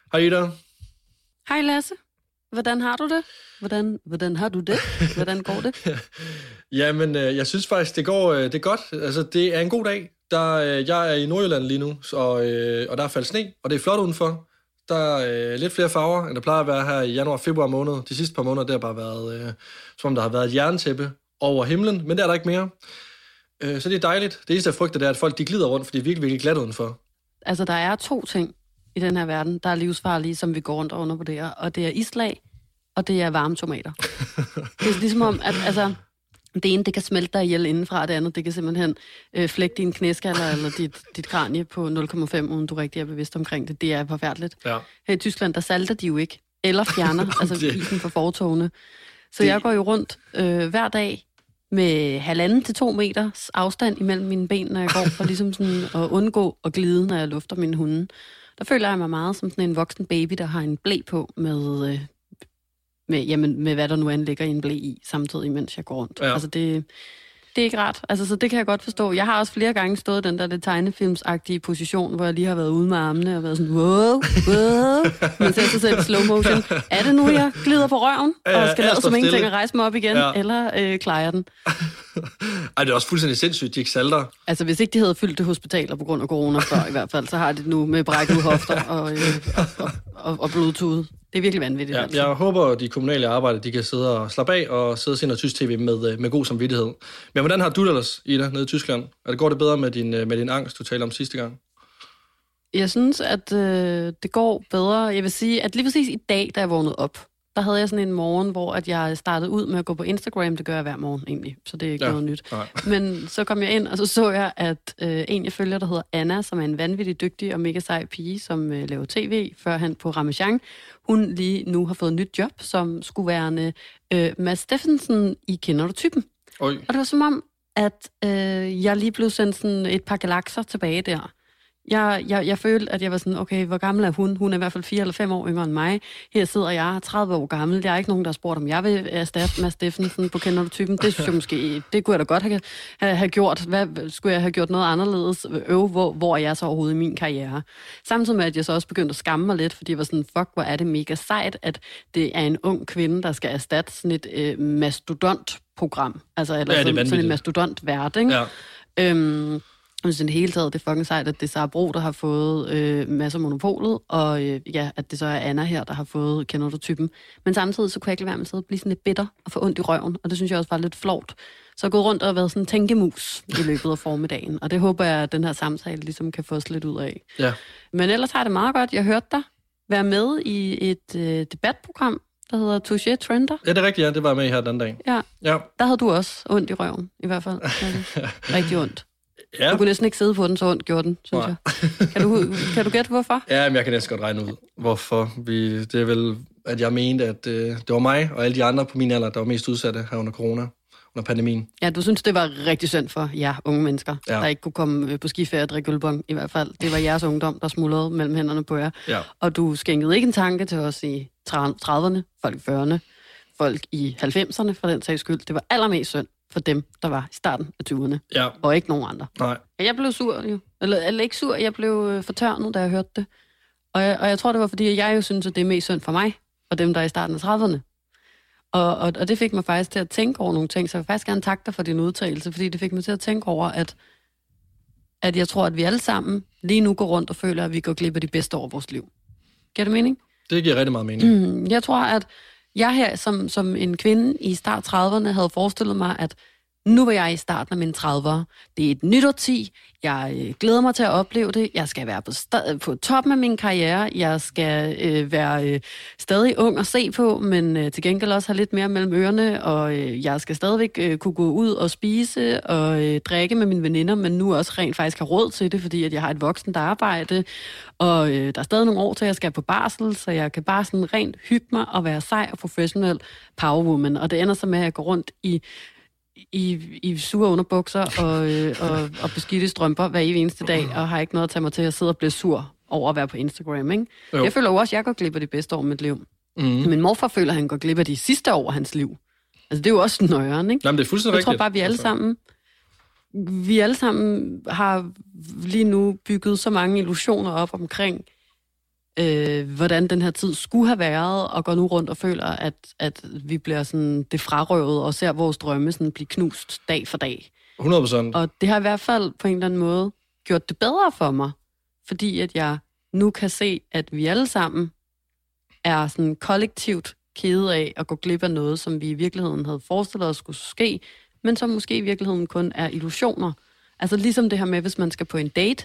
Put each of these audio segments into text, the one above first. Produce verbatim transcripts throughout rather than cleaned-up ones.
Hej Ida. Hej Lasse. Hvordan har du det? Hvordan, hvordan har du det? Hvordan går det? Jamen, jeg synes faktisk, det går det er godt. Altså, det er en god dag. Der, jeg er i Nordjylland lige nu, så, og der er faldet sne, og det er flot udenfor. Der er lidt flere farver, end der plejer at være her i januar og februar måned. De sidste par måneder, det har bare været, øh, som om der har været et jerntæppe over himlen, men det er der ikke mere. Øh, så det er dejligt. Det eneste, jeg frygter, det er, at folk de glider rundt, for det er virkelig, virkelig glat udenfor. Altså, der er to ting i den her verden, der er livsfarlige, som vi går rundt og undervurderer, og det er islag, og det er varme tomater. Det er ligesom om, at altså, det ene, det kan smelte dig ihjel indenfra, og det andet, det kan simpelthen øh, flække din knæskaller eller dit, dit kranie på nul komma fem, uden du rigtig er bevidst omkring det. Det er forfærdeligt. Ja. Her i Tyskland, der salter de jo ikke, eller fjerner, altså det... isen fra fortovene. Så det... jeg går jo rundt øh, hver dag med halvanden til to meters afstand imellem mine ben, når jeg går, for ligesom sådan at undgå at glide, når jeg lufter mine hunde. Der føler jeg mig meget som sådan en voksen baby, der har en ble på med... Øh, Med, jamen, med hvad der nu end ligger i en ble i, samtidig mens jeg går rundt. Ja. Altså, det, det er ikke rart. Altså, så det kan jeg godt forstå. Jeg har også flere gange stået i den der tegnefilmsagtige position, hvor jeg lige har været ude med armene og været sådan, wow, wow, men ser sig selv i slow motion. Er det nu, jeg glider på røven, ja, og skal lade som ingenting at rejse mig op igen, ja. eller øh, klarer jeg den? Ej, det er også fuldstændig sindssygt, de ikke salter. Altså, hvis ikke de havde fyldt det hospitaler på grund af corona før, i hvert fald, så har de nu med brækkede hofter og, øh, og, og, og, og blodtude. Det er virkelig vanvittigt. Ja, altså. Jeg håber, at de kommunale arbejder, de kan sidde og slappe af og sidde og se noget tysk tv med, med god samvittighed. Men hvordan har du det ellers, Ida, nede i Tyskland? Er det, går det bedre med din, med din angst, du talte om sidste gang? Jeg synes, at øh, det går bedre. Jeg vil sige, at lige præcis i dag, da jeg vågnede op, der havde jeg sådan en morgen, hvor at jeg startede ud med at gå på Instagram. Det gør jeg hver morgen egentlig, så det er ikke ja, noget nyt. Nej. Men så kom jeg ind, og så så jeg, at øh, en jeg følger, der hedder Anna, som er en vanvittig dygtig og mega sej pige, som øh, laver tv, førhen på Ramachan. Hun lige nu har fået et nyt job, som skulle være øh, Mads Steffensen i Kender du typen? Oj. Og det var som om, at øh, jeg lige blev sendt sådan et par galakser tilbage der. Jeg, jeg, jeg følte, at jeg var sådan, okay, hvor gammel er hun? Hun er i hvert fald fire eller fem år yngre end mig. Her sidder jeg, tredive år gammel. Der er ikke nogen, der har spurgt, om jeg vil erstatte Mads Steffensen på Kender du typen. Det synes jeg måske, det kunne jeg da godt have, have, have gjort. Hvad skulle jeg have gjort noget anderledes? Øve, hvor, hvor er jeg så overhovedet i min karriere? Samtidig med, at jeg så også begyndte at skamme mig lidt, fordi jeg var sådan, fuck, hvor er det mega sejt, at det er en ung kvinde, der skal erstatte sådan et øh, mastodontprogram. Altså, eller ja, sådan, sådan en mastodontvært, ikke? Ja. Øhm, Jeg synes i det hele taget, det er fucking sejt, at det er Sara Bro, der har fået øh, masser af monopolet, og øh, ja, at det så er Anna her, der har fået Kender du typen. Men samtidig så kunne jeg ikke lade være med at sidde og blive sådan lidt bitter og få ondt i røven, og det synes jeg også var lidt flovt. Så jeg er gået rundt og været sådan en tænkemus i løbet af formiddagen, og det håber jeg, at den her samtale ligesom kan få os lidt ud af. Ja. Men ellers har det meget godt. Jeg hørte dig være med i et øh, debatprogram, der hedder Touché Trender. Ja, det er rigtigt, ja. Det var jeg med i her den dag. Ja. Ja, der havde du også ondt i røven, i hvert fald. Rigtig ondt. Ja. Du kunne næsten ikke sidde på den, så ondt gjorde den, synes Nej. jeg. Kan du, kan du gætte, hvorfor? Ja, men jeg kan næsten godt regne ud, hvorfor. Vi, det er vel, at jeg mente, at øh, det var mig og alle de andre på min alder, der var mest udsatte her under corona, under pandemien. Ja, du synes, det var rigtig synd for jer unge mennesker, ja. der ikke kunne komme på skiferie og drikke ølbong, i hvert fald. Det var jeres ungdom, der smuldrede mellem hænderne på jer. Ja. Og du skænkede ikke en tanke til os i trediverne, folk i fyrrerne, folk i halvfemserne, for den sags skyld. Det var allermest synd for dem, der var i starten af tyverne, ja. og ikke nogen andre. Nej. Jeg blev sur, jo. Eller, eller ikke sur, jeg blev fortørnet, da jeg hørte det. Og jeg, og jeg tror, det var, fordi jeg jo synes, at det er mest synd for mig, og dem, der er i starten af trediverne. Og, og, og det fik mig faktisk til at tænke over nogle ting, så jeg vil faktisk gerne takke dig for din udtalelse, fordi det fik mig til at tænke over, at, at jeg tror, at vi alle sammen lige nu går rundt og føler, at vi går glip af de bedste år af vores liv. Giver det mening? Det giver rigtig meget mening. Mm, jeg tror, at jeg her som, som en kvinde i start trediverne havde forestillet mig, at nu var jeg i starten af mine tredivere. Det er et nyt årti. Jeg øh, glæder mig til at opleve det. Jeg skal være på, sta- på toppen af min karriere. Jeg skal øh, være øh, stadig ung at se på, men øh, til gengæld også have lidt mere mellem ørerne. Og øh, jeg skal stadigvæk øh, kunne gå ud og spise og øh, drikke med mine veninder, men nu også rent faktisk have råd til det, fordi at jeg har et voksent arbejde. Og øh, der er stadig nogle år til, at jeg skal på barsel, så jeg kan bare sådan rent hygge mig og være sej og professionel powerwoman. Og det ender så med, at jeg går rundt i i, i sure underbukser og, øh, og, og beskidte strømper hver eneste dag, og har ikke noget at tage mig til at sidde og blive sur over at være på Instagram, ikke? Jo. Jeg føler jo også, at jeg går glip af de bedste år af mit liv. Mm. Min morfar føler, at han går glip af de sidste år af hans liv. Altså, det er jo også nøjeren, ikke? Jamen, det er fuldstændig rigtigt. Jeg tror bare, vi alle sammen, vi alle sammen har lige nu bygget så mange illusioner op omkring øh, hvordan den her tid skulle have været, og går nu rundt og føler, at, at vi bliver sådan det frarøvet, og ser vores drømme sådan blive knust dag for dag. hundrede procent. Og det har i hvert fald på en eller anden måde gjort det bedre for mig, fordi at jeg nu kan se, at vi alle sammen er sådan kollektivt kede af at gå glip af noget, som vi i virkeligheden havde forestillet os skulle ske, men som måske i virkeligheden kun er illusioner. Altså ligesom det her med, hvis man skal på en date,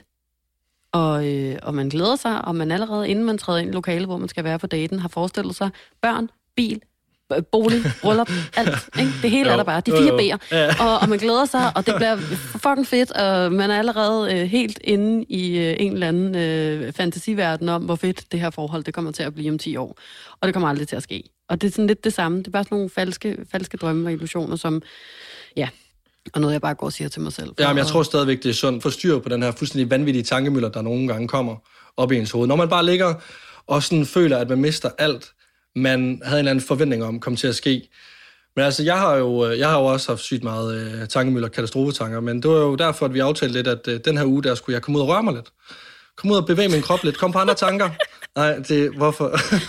og, øh, og man glæder sig, og man allerede, inden man træder ind i lokalet, hvor man skal være på daten, har forestillet sig børn, bil, bolig, bryllup, alt. Ikke? Det hele jo, er der bare. De fire B'er. Ja. Og, og man glæder sig, og det bliver fucking fedt, og man er allerede øh, helt inde i øh, en eller anden øh, fantasiverden om, hvor fedt det her forhold det kommer til at blive om ti år. Og det kommer aldrig til at ske. Og det er sådan lidt det samme. Det er bare sådan nogle falske, falske drømme og illusioner, som, ja, og noget jeg bare går og siger til mig selv. Ja, men jeg tror stadigvæk, det er sundt. Få styr på den her fuldstændig vanvittige tankemøller, der nogle gange kommer op i ens hoved. Når man bare ligger og sådan føler, at man mister alt, man havde en eller anden forventning om, kom til at ske. Men altså, jeg har jo, jeg har jo også haft sygt meget øh, tankemøller, katastrofetanker, men det var jo derfor, at vi aftalte lidt, at øh, den her uge, der skulle jeg komme ud og røre mig lidt. Komme ud og bevæge min krop lidt, komme på andre tanker. Nej, det hvorfor?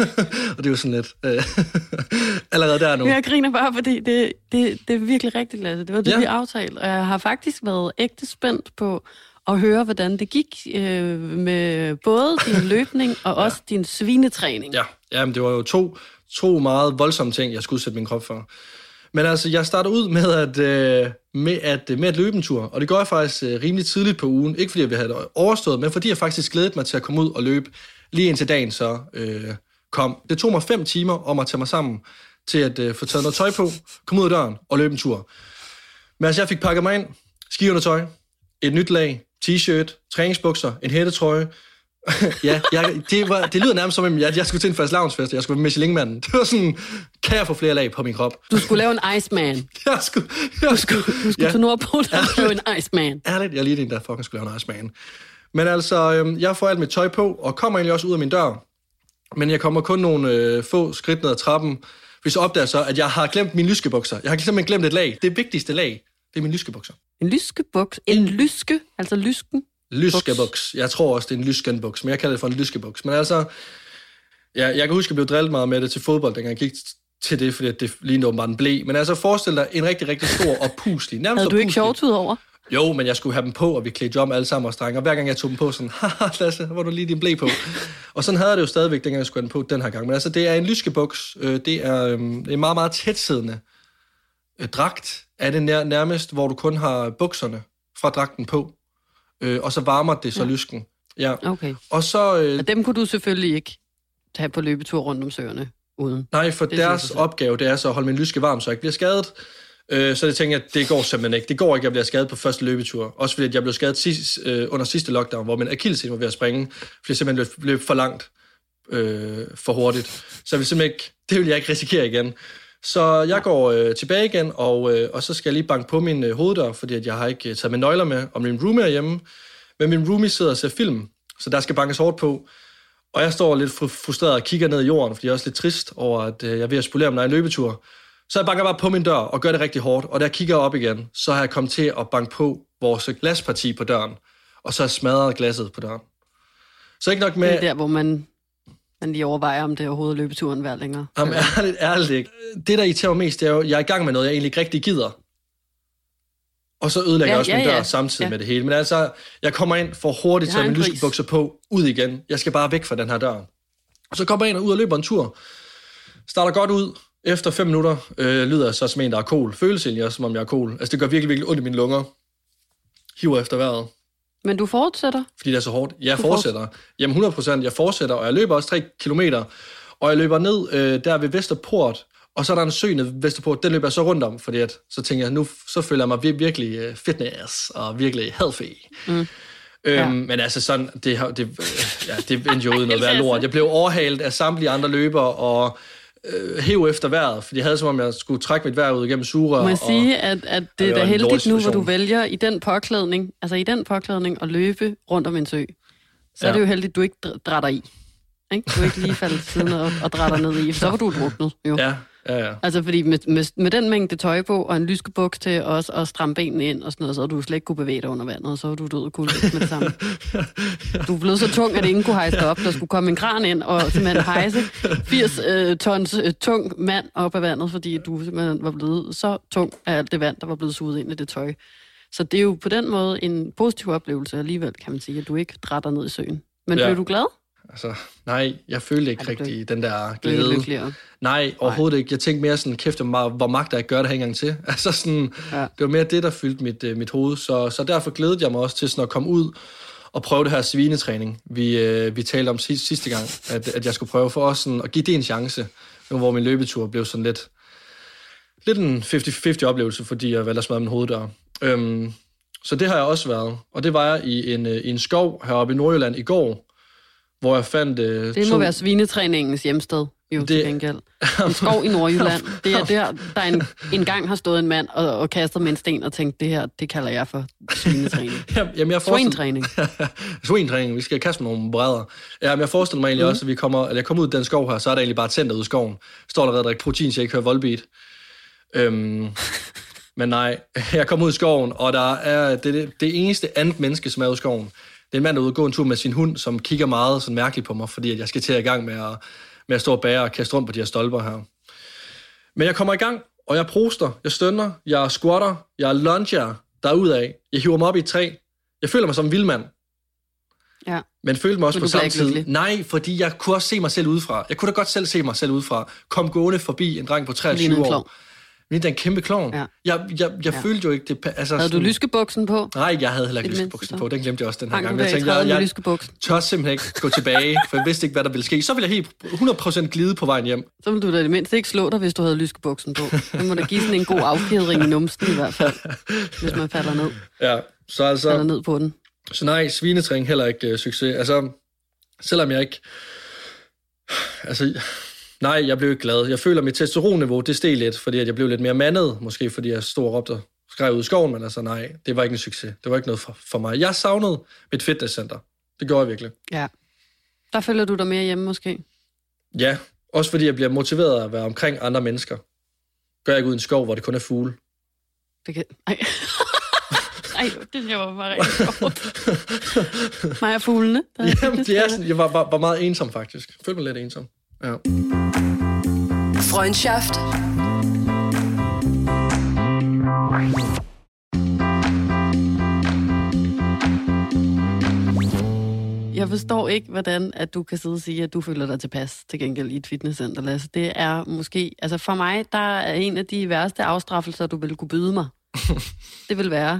Og det er jo sådan lidt øh, allerede der nu. Jeg griner bare, fordi det, det, det er virkelig rigtigt, Lasse. Det var det, ja. vi aftalte. Og jeg har faktisk været ægte spændt på at høre, hvordan det gik øh, med både din løbning og også ja. din svinetræning. Ja, jamen, det var jo to, to meget voldsomme ting, jeg skulle sætte min krop for. Men altså, jeg startede ud med at, øh, med at, med at løbe en tur, og det gør jeg faktisk øh, rimelig tidligt på ugen. Ikke fordi jeg havde det overstået, men fordi jeg faktisk glædede mig til at komme ud og løbe lige indtil dagen så øh, kom. Det tog mig fem timer om at tage mig sammen til at øh, få taget noget tøj på, komme ud af døren og løbe en tur. Men altså, jeg fik pakket mig ind, skiundertøj, et nyt lag, t-shirt, træningsbukser, en hættetrøje. ja, jeg, det, var, det lyder nærmest som, at jeg, jeg skulle til en fast-lavnsfest, jeg skulle være Michelin-manden. Det var sådan, kan jeg få flere lag på min krop? Du skulle lave en Iceman. jeg skulle, jeg du skulle, du skulle ja. til Nordpol og lave en Iceman. Ærligt, jeg er lige den, der fucking skulle lave en Iceman. Men altså, øhm, jeg får alt mit tøj på, og kommer egentlig også ud af min dør. Men jeg kommer kun nogle øh, få skridt ned ad trappen, hvis jeg opdager så, at jeg har glemt mine lyskebukser. Jeg har simpelthen glemt et lag. Det vigtigste lag, det er mine lyskebukser. En lyskebuks? En lyske? Altså lysken? Lyskebuks. Jeg tror også, det er en lyskenbuks, men jeg kalder det for en lyskebuks. Men altså, ja, jeg kan huske, at jeg blev drillet meget med det til fodbold, dengang jeg gik til det, fordi det lignede åbenbart en blæ. Men altså, forestil dig en rigtig, rigtig stor og puslig. Nærmest havde du ikke shorts ud over? Jo, men jeg skulle have dem på, og vi klædte om alle sammen og strenge. Og hver gang jeg tog dem på, sådan, haha, Lasse, hvor du lige din blæ på. Og sådan havde jeg det jo stadigvæk, dengang jeg skulle have den på den her gang. Men altså, det er en lyskebuks. Det er en meget, meget tætsiddende dragt. Er det nær, nærmest, hvor du kun har bukserne fra dragten på. Og så varmer det så ja. lysken. Ja. Okay. Og så... Øh, og dem kunne du selvfølgelig ikke tage på løbetur rundt om søerne uden. Nej, for det deres opgave, det er så at holde min lyske varm, så jeg ikke bliver skadet. Øh, så det tænker jeg, det går simpelthen ikke. Det går ikke, at jeg bliver skadet på første løbetur. Også fordi jeg blev skadet sidst, øh, under sidste lockdown, hvor min akillescene var ved at springe, fordi jeg simpelthen løb, løb for langt, øh, for hurtigt. Så jeg vil simpelthen ikke, det vil jeg ikke risikere igen. Så jeg går øh, tilbage igen, og, øh, og så skal jeg lige banke på min øh, hoveddør, fordi at jeg har ikke øh, taget mine nøgler med, og min roomie er hjemme. Men min roomie sidder og ser film, så der skal bankes hårdt på. Og jeg står lidt frustreret og kigger ned i jorden, fordi jeg er også lidt trist over, at øh, jeg er ved at spolere min egen løbetur. Så jeg banker bare på min dør og gør det rigtig hårdt, og da jeg kigger op igen, så har jeg kommet til at banke på vores glasparti på døren, og så har jeg smadret glasset på døren. Så ikke nok med... Det er der, hvor man... Man lige overvejer, om det er overhovedet løbeturen værd længere. Jamen, ærligt, ærligt ikke. Det, der irriterer mig mest, det er jo, at jeg er i gang med noget, jeg egentlig ikke rigtig gider. Og så ødelægger ja, jeg også ja, min dør ja. samtidig ja. med det hele. Men altså, jeg kommer ind for hurtigt, tager mine lyskebukser på, ud igen. Jeg skal bare væk fra den her dør. Og så kommer jeg ind og ud og løber en tur. Starter godt ud. Efter fem minutter øh, lyder jeg så som en, der er kol. Føles egentlig også, som om jeg er kol. Altså, det gør virkelig, virkelig ondt i mine lunger. Hiver efter vejret. Men du fortsætter? Fordi det er så hårdt. Jeg du fortsætter. Fortsætter. Jamen hundrede procent, jeg fortsætter, og jeg løber også tre kilometer. Og jeg løber ned øh, der ved Vesterport, og så er der en sø ned ved Vesterport. Den løber jeg så rundt om, fordi at, så tænker jeg, nu så føler jeg mig vir- virkelig øh, fitness og virkelig healthy. Mm. Øhm, ja. Men altså sådan, det, det, øh, ja, det endte jo ud noget værd lort. Jeg blev overhalet af samtlige andre løbere, og øh, hæv efter vejret, fordi jeg havde som om, jeg skulle trække mit vejr ud igennem sugerør. Må jeg sige, at, at det er da heldigt nu, hvor du vælger i den påklædning, altså i den påklædning at løbe rundt om en sø. Så ja. er det jo heldigt, at du ikke drætter i. Ikke? Du ikke lige falder til siden og, og drætter ned i, for så var du druknet. Jo. Ja, Ja, ja. Altså, fordi med, med, med den mængde tøj på, og en lyskebuks til også at stramme benene ind og sådan noget, så du slet ikke kunne bevæge dig under vandet, og så var du død og kulde med det samme. Du er blevet så tung, at ingen kunne hejse dig op. Der skulle komme en kran ind og simpelthen hejse firs øh, tons øh, tung mand op af vandet, fordi du simpelthen var blevet så tung af alt det vand, der var blevet suget ind i det tøj. Så det er jo på den måde en positiv oplevelse alligevel, kan man sige, at du ikke drætter ned i søen. Men ja. Blev du glad? Altså, nej, jeg følte ikke rigtig du, den der glæde. Lykkeligere. Nej, overhovedet nej. ikke. Jeg tænkte mere sådan, kæft, hvor magter jeg gør det her engang til. Altså sådan, ja. Det var mere det, der fyldte mit, uh, mit hoved. Så, så derfor glædede jeg mig også til sådan at komme ud og prøve det her svinetræning, vi, uh, vi talte om sidste, sidste gang, at, at jeg skulle prøve for os sådan, at give det en chance, hvor min løbetur blev sådan lidt, lidt en halvtreds halvtreds oplevelse, fordi jeg valgte at smadre min hoveddør. Um, så det har jeg også været. Og det var jeg i en, uh, i en skov heroppe i Nordjylland i går, hvor jeg fandt... Øh, det må to... være svinetræningens hjemsted, jo, det... til gengæld. En skov i Nordjylland. Det er der, der en, en gang har stået en mand og, og kastet med en sten og tænkt, det her, det kalder jeg for svinetræning. Jamen, jeg Svinetræning. Svinetræning. Vi skal kaste med nogle brædder. Jamen, jeg forestiller mig egentlig mm. også, at vi kommer, at jeg kommer ud af den skov her, så er der egentlig bare et center ude i skoven. Står der redder ikke proteinshake, hører Volbeat. Øhm, men nej, jeg kommer ud i skoven, og der er det, det, det eneste andet menneske, som er ude i skoven. Det er en mand, der er ude og gå en tur med sin hund, som kigger meget sådan mærkeligt på mig, fordi at jeg skal til at i gang med at, med at stå og bære og kaste rundt på de her stolper her. Men jeg kommer i gang, og jeg proster, jeg stønner, jeg squatter, jeg lunger derudad. Jeg hiver mig op i et træ. Jeg føler mig som en vildmand. Ja. Men følte mig også på samme tid. Nej, fordi jeg kunne også se mig selv udefra. Jeg kunne da godt selv se mig selv udefra. Kom gående forbi en dreng på treogtyve år. Det er en kæmpe klovn. Ja. Jeg, jeg, jeg ja. følte jo ikke det... Altså, havde sådan... du lyskebuksen på? Nej, jeg havde heller ikke lyskebuksen på. Den glemte jeg også den her Hang gang. Jeg tænkte, jeg, jeg tør simpelthen ikke gå tilbage, for jeg vidste ikke, hvad der ville ske. Så ville jeg helt hundrede procent glide på vejen hjem. Så ville du da det mindst ikke slå dig, hvis du havde lyskebuksen på. Så må der give sådan en god afkædring i numsten i hvert fald, hvis man falder ned. Ja, så altså... Falder ned på den. Så nej, svinetræning heller ikke uh, succes. Altså, selvom jeg ikke... Altså... Nej, jeg blev ikke glad. Jeg føler, at mit testosteronniveau, det steg lidt, fordi at jeg blev lidt mere mandet. Måske fordi jeg stod og råbte og skrev ud i skoven, men altså nej, det var ikke en succes. Det var ikke noget for, for mig. Jeg savnede mit fitnesscenter. Det gjorde jeg virkelig. Ja. Der føler du dig mere hjemme måske? Ja, også fordi jeg bliver motiveret af at være omkring andre mennesker. Gør jeg ikke ud i en skov, hvor det kun er fugle. Det kan... Ej. Ej, det var bare rigtig sjovt. Mig og fuglene. Jamen, det er sådan, jeg var, var, var meget ensom faktisk. Jeg følte mig lidt ensom. Ja. Freundschaft. Jeg forstår ikke, hvordan at du kan sidde og sige, at du føler dig tilpas til gengæld i et fitnesscenter, Lasse. Det er måske... Altså for mig, der er en af de værste afstraffelser, du ville kunne byde mig. Det vil være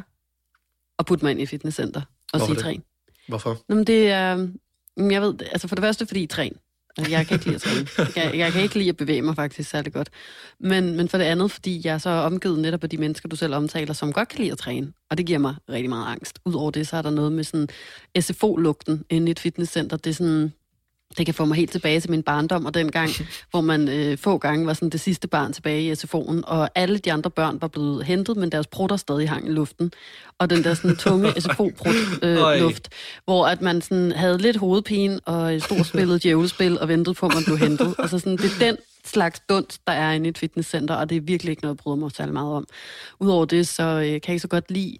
at putte mig ind i et fitnesscenter og sige træn. Hvorfor? Nå, men det er... Jeg ved, altså for det første, fordi træn. Jeg kan ikke lide at træne. Jeg, jeg kan ikke lide at bevæge mig faktisk særlig godt. Men, men for det andet, fordi jeg er så omgivet netop af de mennesker, du selv omtaler, som godt kan lide at træne. Og det giver mig rigtig meget angst. Udover det, så er der noget med sådan S F O-lugten inde i et fitnesscenter. Det er sådan... Det kan få mig helt tilbage til min barndom, og den gang, hvor man øh, få gange var sådan det sidste barn tilbage i S F O'en, og alle de andre børn var blevet hentet, men deres prutter stadig hang i luften. Og den der sådan tunge S F O-prut-luft, øh, hvor at man sådan havde lidt hovedpine, og stod og spillede djævlespil, og ventede på, at man blev hentet. Altså sådan, det er den slags dunst, der er inde i et fitnesscenter, og det er virkelig ikke noget, jeg bryder mig særlig meget om. Udover det, så øh, kan jeg ikke så godt lide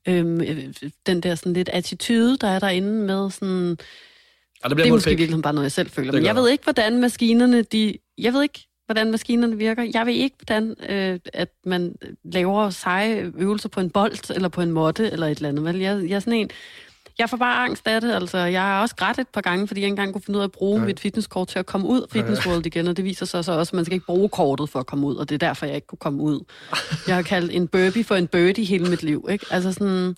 øh, den der sådan lidt attitude, der er derinde med sådan... Ja, det, det er måske virkelig bare noget, jeg selv føler. Men jeg ved ikke, hvordan maskinerne, de... Jeg ved ikke, hvordan maskinerne virker. Jeg ved ikke, hvordan øh, at man laver seje øvelser på en bold, eller på en måtte, eller et eller andet. Vel? Jeg, jeg er sådan en... Jeg får bare angst af det, altså. Jeg har også grædt et par gange, fordi jeg ikke engang kunne finde ud af at bruge Nej. mit fitnesskort til at komme ud af Fitness World igen, og det viser sig så også, at man skal ikke bruge kortet for at komme ud, og det er derfor, jeg ikke kunne komme ud. Jeg har kaldt en burpee for en birdie hele mit liv, ikke? Altså sådan...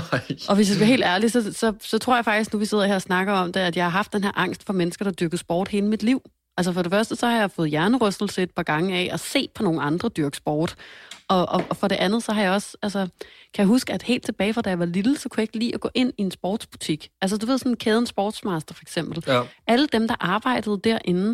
Og hvis jeg skal være helt ærlig, så, så, så tror jeg faktisk, nu vi sidder her og snakker om det, at jeg har haft den her angst for mennesker, der dyrker sport hele mit liv. Altså for det første, så har jeg fået hjernerystelse et par gange af at se på nogle andre dyrke sport. Og, og, og for det andet, så har jeg også, altså, kan jeg huske, at helt tilbage fra da jeg var lille, så kunne jeg ikke lide at gå ind i en sportsbutik. Altså, du ved, sådan kæden Sportsmaster for eksempel. Ja. Alle dem, der arbejdede derinde,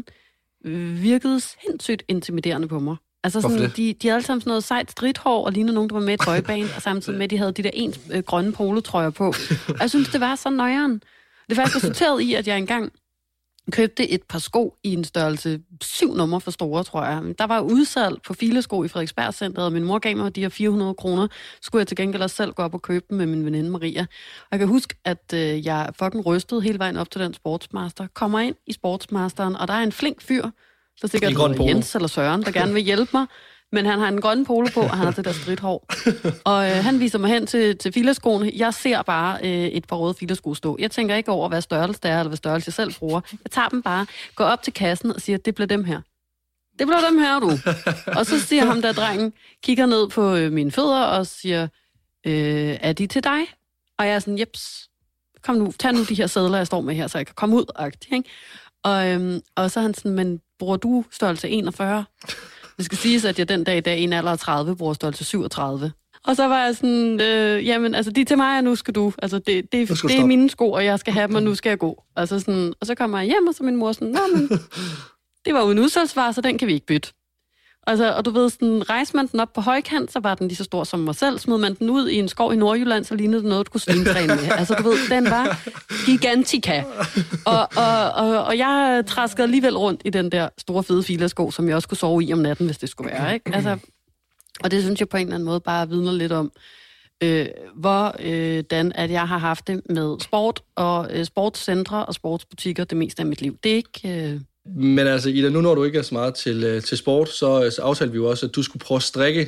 virkede sindssygt intimiderende på mig. Altså, sådan, de, de havde alle sammen sådan noget sejt stridthår, og lignede nogen, der var med i et boyband, og samtidig med, at de havde de der ens øh, grønne polotrøjer på. Og jeg synes, det var så nøjeren. Det faktisk resulterede i, at jeg engang købte et par sko i en størrelse syv numre for store, tror jeg. Der var udsalg på Filesko i Frederiksberg Centeret, og min mor gav mig de her fire hundrede kroner. Så skulle jeg til gengæld også selv gå op og købe dem med min veninde Maria. Og jeg kan huske, at øh, jeg fucking rystede hele vejen op til den Sportsmaster. Kommer ind i Sportsmasteren, og der er en flink fyr, så sikkert Jens eller Søren, der gerne vil hjælpe mig. Men han har en grøn polo på, og han har det der stridthår. Og øh, han viser mig hen til, til filerskoene. Jeg ser bare øh, et par røde filersko stå. Jeg tænker ikke over, hvad størrelse det er, eller hvad størrelse jeg selv bruger. Jeg tager dem bare, går op til kassen og siger, det bliver dem her. Det bliver dem her, du. Og så siger ham der drengen, kigger ned på øh, mine fødder og siger, øh, er de til dig? Og jeg er sådan, jeps, kom nu, tag nu de her sædler, jeg står med her, så jeg kan komme ud. Agtigt, ikke? Og, øhm, og så er han sådan, men bruger du størrelse enogfyrre? Det skal siges, at jeg den dag i dag, i en alder af tredive, bruger størrelse syvogtredive. Og så var jeg sådan, øh, jamen, altså, de er til mig, og nu skal du. Altså, det, det, det er mine sko, og jeg skal have dem, og nu skal jeg gå. Altså, sådan, og så kommer jeg hjem, og så min mor sådan, nå, men det var uden udsalgsvarer, så den kan vi ikke bytte. Altså, og du ved, sådan, rejste man den op på højkant, så var den lige så stor som mig selv. Smed man den ud i en skov i Nordjylland, så lignede det noget, du kunne svingtræne med. Altså, du ved, den var gigantika. Og, og, og, og jeg traskede alligevel rundt i den der store, fede filersko, som jeg også kunne sove i om natten, hvis det skulle være, ikke? Altså, og det synes jeg på en eller anden måde bare vidner lidt om, øh, hvordan øh, at jeg har haft det med sport og øh, sportscentre og sportsbutikker det meste af mit liv. Det er ikke... Øh, Men altså, Ida, nu når du ikke er så meget til, til sport, så, så aftalte vi jo også, at du skulle prøve at strikke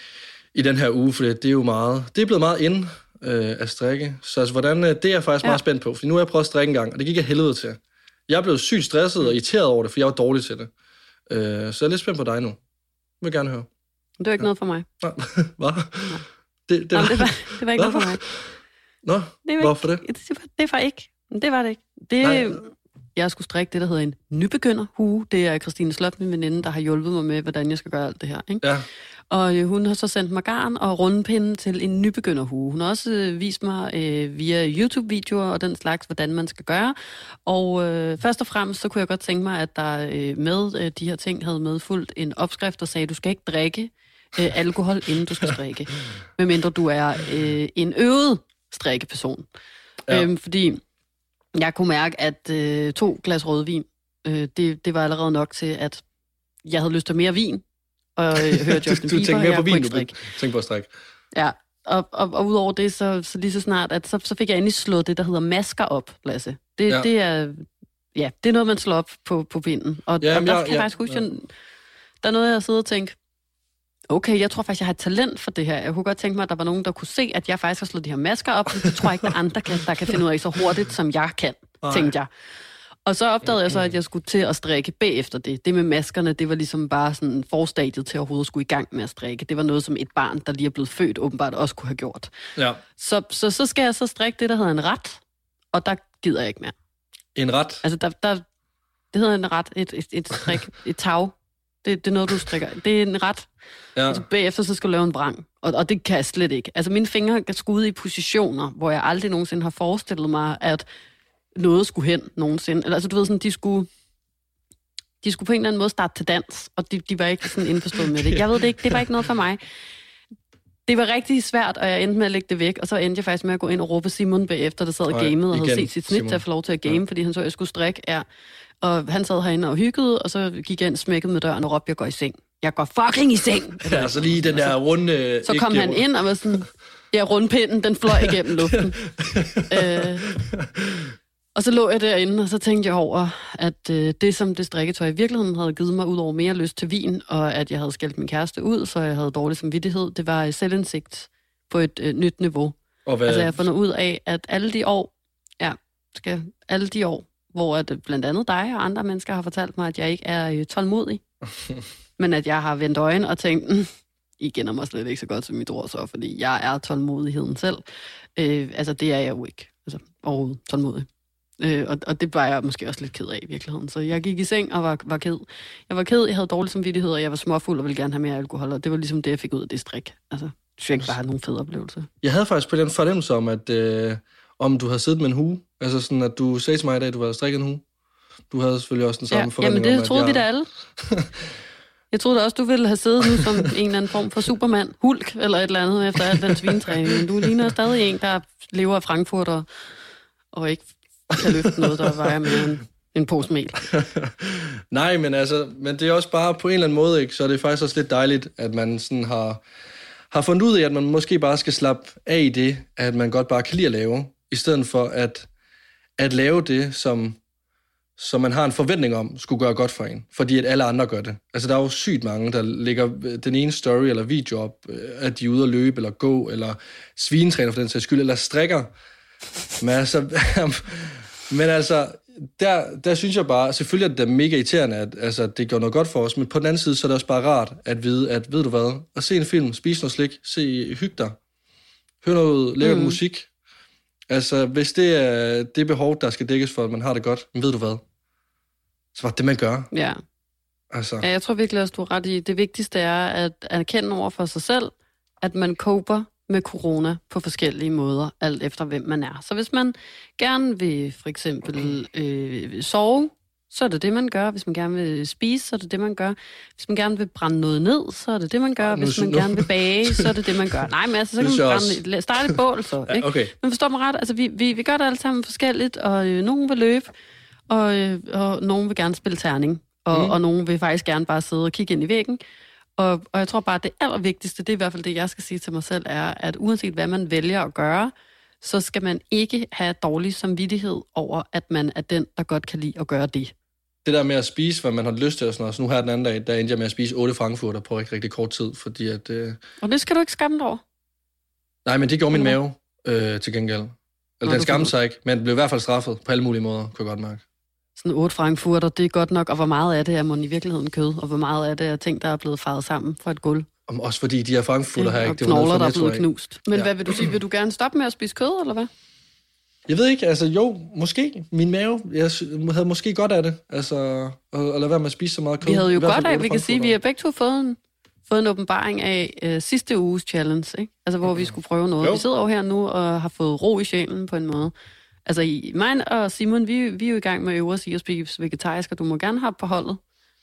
i den her uge, for det er jo meget, det er blevet meget inde øh, at strikke. Så altså, hvordan, det er jeg faktisk ja. meget spændt på, for nu har jeg prøvet at strikke en gang, og det gik jeg helvede til. Jeg blev sygt stresset og irriteret over det, for jeg var dårlig til det. Øh, så jeg er lidt spændt på dig nu. Jeg vil gerne høre. Det var ikke ja. noget for mig. Nej, hvad? Det, det, var... Nå, det, var, det var ikke noget for mig. Nå, det hvorfor ikke, det? Det var, det var ikke. Det var det ikke. Det... Jeg skulle strikke det, der hedder en nybegynderhue. Det er Christine Slot, min veninde, der har hjulpet mig med, hvordan jeg skal gøre alt det her. Ikke? Ja. Og øh, hun har så sendt mig garn og rundpinde til en nybegynderhue. Hun har også øh, vist mig øh, via YouTube-videoer og den slags, hvordan man skal gøre. Og øh, først og fremmest, så kunne jeg godt tænke mig, at der øh, med øh, de her ting havde medfulgt en opskrift, der sagde, du skal ikke drikke øh, alkohol, inden du skal strikke. Medmindre du er øh, en øvet strikkeperson. Ja. Øhm, fordi... Jeg kunne mærke, at øh, to glas rødvin, øh, det, det var allerede nok til, at jeg havde lyst til mere vin, og øh, hørte Justin Bieber, du tænkte mere på vin, du tænkte på at strikke. Ja, og, og, og udover det, så, så lige så snart, at så, så fik jeg endelig slået det, der hedder masker op, Lasse. Det, ja. det er ja, det er noget, man slår op på, på vinden. Og, ja, og der ja, kan jeg ja, faktisk huske, ja. der er noget, jeg sidder og tænker, okay, jeg tror faktisk, jeg har et talent for det her. Jeg kunne godt tænke mig, at der var nogen, der kunne se, at jeg faktisk har slået de her masker op. Det tror jeg ikke, der er andre, kan, der kan finde ud af så hurtigt, som jeg kan, Ej. tænkte jeg. Og så opdagede jeg så, at jeg skulle til at strikke bagefter det. Det med maskerne, det var ligesom bare sådan forstadiet til overhovedet skulle i gang med at strikke. Det var noget, som et barn, der lige er blevet født, åbenbart også kunne have gjort. Ja. Så, så, så skal jeg så strikke det, der hedder en ret, og der gider jeg ikke mere. En ret? Altså, der, der, det hedder en ret, et, et, et strik, et tag. Det, det er noget, du strikker. Det er en ret. Ja. Altså, bagefter så skal du lave en vrang. Og, og det kan jeg slet ikke. Altså, mine fingre kan skude i positioner, hvor jeg aldrig nogensinde har forestillet mig, at noget skulle hen nogensinde. Altså, du ved sådan, de skulle... De skulle på en eller anden måde starte til dans, og de, de var ikke sådan indforstået med det. Jeg ved det ikke, det var ikke noget for mig. Det var rigtig svært, og jeg endte med at lægge det væk, og så endte jeg faktisk med at gå ind og råbe Simon bagefter, der sad og gamede, og havde set sit snit Simon. Til at få lov til at game, ja. Fordi han så, at jeg skulle strikke. Ja. Og han sad herinde og hyggede, og så gik jeg ind, smækkede med døren og råbte, jeg går i seng. Jeg går fucking i seng! Ja, så lige den der runde... Så kom han ind og var sådan, ja, rundpinden, den fløj igennem luften. øh, og så lå jeg derinde, og så tænkte jeg over, at øh, det, som det strikketøj i virkeligheden havde givet mig ud over mere lyst til vin, og at jeg havde skældt min kæreste ud, så jeg havde dårlig samvittighed, det var selvindsigt på et øh, nyt niveau. Og hvad... Altså, jeg har fundet ud af, at alle de år, ja, skal, alle de år, hvor at blandt andet dig og andre mennesker har fortalt mig, at jeg ikke er øh, tålmodig, men at jeg har vendt øjen og tænkt, mm, I kender mig slet ikke så godt som mit ord så, fordi jeg er tålmodigheden selv. Øh, altså, det er jeg jo ikke. Altså, overhovedet tålmodig. Øh, og, og det var jeg måske også lidt ked af i virkeligheden. Så jeg gik i seng og var, var ked. Jeg var ked, jeg havde dårlig samvittighed, og jeg var småfuld og ville gerne have mere alkohol, og det var ligesom det, jeg fik ud af det strik. Altså, jeg synes ikke bare have nogle fede oplevelser. Jeg havde faktisk på den fornemmelse om, at øh, om du havde siddet med en hue. Altså sådan, at du sagde til mig i dag, at du havde strikket en hue. Du havde selvfølgelig også den samme ja, forventning jamen det troede vi da alle. Jeg troede da også, du ville have siddet nu som en eller anden form for Superman, Hulk eller et eller andet efter al den svintræning. Men du ligner stadig en, der lever af Frankfurt og, og ikke kan løfte noget, der vejer mere end en pose mel. Nej, men altså, men det er også bare på en eller anden måde, ikke? Så er det faktisk også lidt dejligt, at man sådan har, har fundet ud af, at man måske bare skal slappe af i det, at man godt bare kan lide at lave, i stedet for at, at lave det, som, som man har en forventning om, skulle gøre godt for en, fordi at alle andre gør det. Altså, der er jo sygt mange, der lægger den ene story eller video op, at de er ude at løbe, eller gå, eller svinetræner for den sags skyld, eller strikker. Men altså, men altså der, der synes jeg bare, selvfølgelig er det mega irriterende, at altså, det gør noget godt for os, men på den anden side, så er det også bare rart at vide, at ved du hvad, at se en film, spise noget slik, se, hygge dig, høre noget lækkert mm. musik. Altså, hvis det er det behov, der skal dækkes for, at man har det godt, men ved du hvad, så var det, man gør. Ja. Altså. Ja, jeg tror virkelig også, du er ret i. Det vigtigste er at erkende over for sig selv, at man coper med corona på forskellige måder, alt efter hvem man er. Så hvis man gerne vil for eksempel øh, sove, så er det det, man gør. Hvis man gerne vil spise, så er det det, man gør. Hvis man gerne vil brænde noget ned, så er det det, man gør. Hvis man gerne vil bage, så er det det, man gør. Nej, men altså, så kan man brænde, starte et bål, så. Ikke? Okay. Men forstår mig ret, altså vi, vi, vi gør det alle sammen forskelligt, og øh, nogen vil løbe, og, øh, og nogen vil gerne spille terning, og, mm. og nogen vil faktisk gerne bare sidde og kigge ind i væggen. Og, og jeg tror bare, at det allervigtigste, det er i hvert fald det, jeg skal sige til mig selv, er, at uanset hvad man vælger at gøre, så skal man ikke have dårlig samvittighed over, at man er den, der godt kan lide at gøre det. Det der med at spise, hvad man har lyst til og sådan noget. Så nu her den anden dag, der endte jeg med at spise otte frankfurter på rigtig, rigtig kort tid, fordi at... Øh... Og det skal du ikke skamme dig over? Nej, men det gjorde min mave øh, til gengæld. Eller den skamte sig ikke, men den blev i hvert fald straffet på alle mulige måder, kunne jeg godt mærke. Sådan otte frankfurter, det er godt nok, og hvor meget af det er mon i virkeligheden kød, og hvor meget af det er ting, der er blevet faret sammen fra et gulv. Og også fordi de her frankfurter her ikke... Og knogler, der er blevet knust. Men ja. Hvad vil du sige? Vil du gerne stoppe med at spise kød, eller hvad? Jeg ved ikke, altså jo, måske. Min mave, jeg havde måske godt af det, altså at, at lade være med at spise så meget kød. Vi havde jo godt af, vi kan sige, vi har begge to fået en, fået en åbenbaring af øh, sidste uges challenge, ikke? Altså hvor vi skulle prøve noget. Jo. Vi sidder jo her nu og har fået ro i sjælen på en måde. Altså, i, mig og Simon, vi, vi er jo i gang med at øve os i at spise vegetarisk, og du må gerne have på holdet.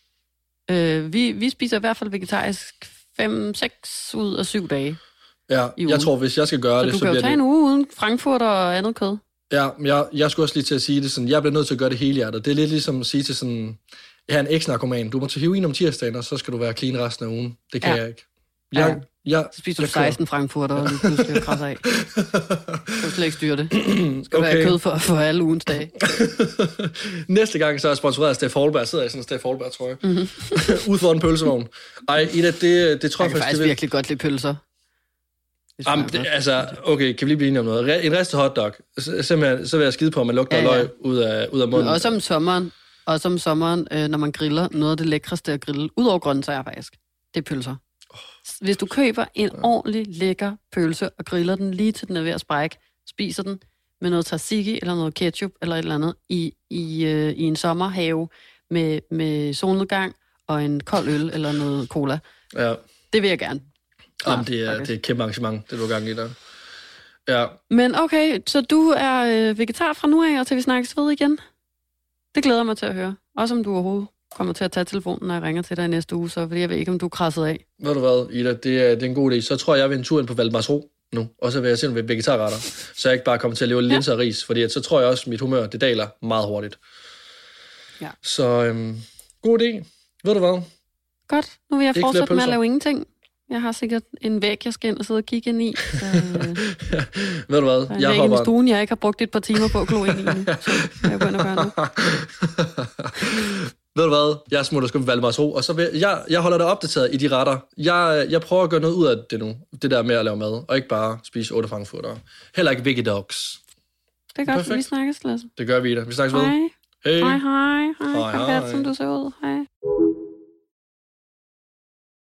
Øh, vi, vi spiser i hvert fald vegetarisk fem seks ud af syv dage. Ja, jeg tror, hvis jeg skal gøre så det, så bliver det... Så du kan jo tage en uge uden frankfurt og andet kød. Ja, men jeg, jeg skulle også lige til at sige det sådan, jeg bliver nødt til at gøre det hele hjertet. Det er lidt ligesom at sige til sådan, jeg er en eks-narkoman, du må tage heroin om tirsdagen, og så skal du være clean resten af ugen. Det kan ja. jeg ikke. Jeg, ja. Jeg, så spiser du seksten frankfurter, og lige pludselig krasser af. Du kan slet ikke styre det. Det skal okay. være kød for, for alle ugens dage. Næste gang, så er jeg sponsoreret af Steff Holberg. Jeg sidder i sådan en Steff Holberg, tror jeg. Mm-hmm. Ude for en pølsevogn. Ej, Ida, det, det tror jeg, jeg faktisk... Jeg kan faktisk det virkelig godt lide pølser. Jamen, det, altså, okay, kan vi lige blive enige om noget? En ristet hotdog, simpelthen, så vil jeg skide på, at man lugter ja, ja. løg ud af, ud af munden. Men også om sommeren, også om sommeren, øh, når man griller, noget af det lækreste at grille, ud over grøntsager faktisk, det er pølser. Hvis du køber en ordentlig lækker pølse og griller den lige til den er ved at sprække, spiser den med noget tzatziki eller noget ketchup eller et eller andet i, i, øh, i en sommerhave med, med solnedgang og en kold øl eller noget cola. Ja. Det vil jeg gerne. Jamen, det er, det er et kæmpe arrangement, det du gang i der. Ja. Men okay, så du er øh, vegetar fra nu af, og til vi snakkes ved igen? Det glæder mig til at høre. Også om du overhovedet kommer til at tage telefonen, når jeg ringer til dig i næste uge, så, fordi jeg ved ikke, om du er krasset af. Ved du hvad, Ida, det er, det er en god idé. Så tror jeg, jeg vil en tur ind på Valdemarsro nu, og så vil jeg simpelthen vegetarretter, så jeg ikke bare kommer til at leve linser og ris, fordi at, så tror jeg også, at mit humør, det daler meget hurtigt. Ja. Så øhm, god idé. Ved du hvad? Godt, nu vil jeg fortsætte med at lave ingenting. Jeg har sikkert en væg, jeg skal ind og sidde og kigge ind i. Så, øh, ja. Ved du hvad? Jeg har en stuen, jeg ikke har brugt et par timer på at glo ind i nu. Så jeg begynder at gøre nu. Ved du hvad? Jeg smutter sgu med Valdemarsro, og så vil jeg, jeg holder dig opdateret i de retter. Jeg, jeg prøver at gøre noget ud af det nu. Det der med at lave mad, og ikke bare spise otte frankfurter. Heller ikke vegedogs. Det er godt, perfekt. Vi snakkes, Lasse. Det gør vi, da. Vi snakkes ved. Hej. Hey. Hej, hej. Hej, hej, hej. Som du ser ud. Hej.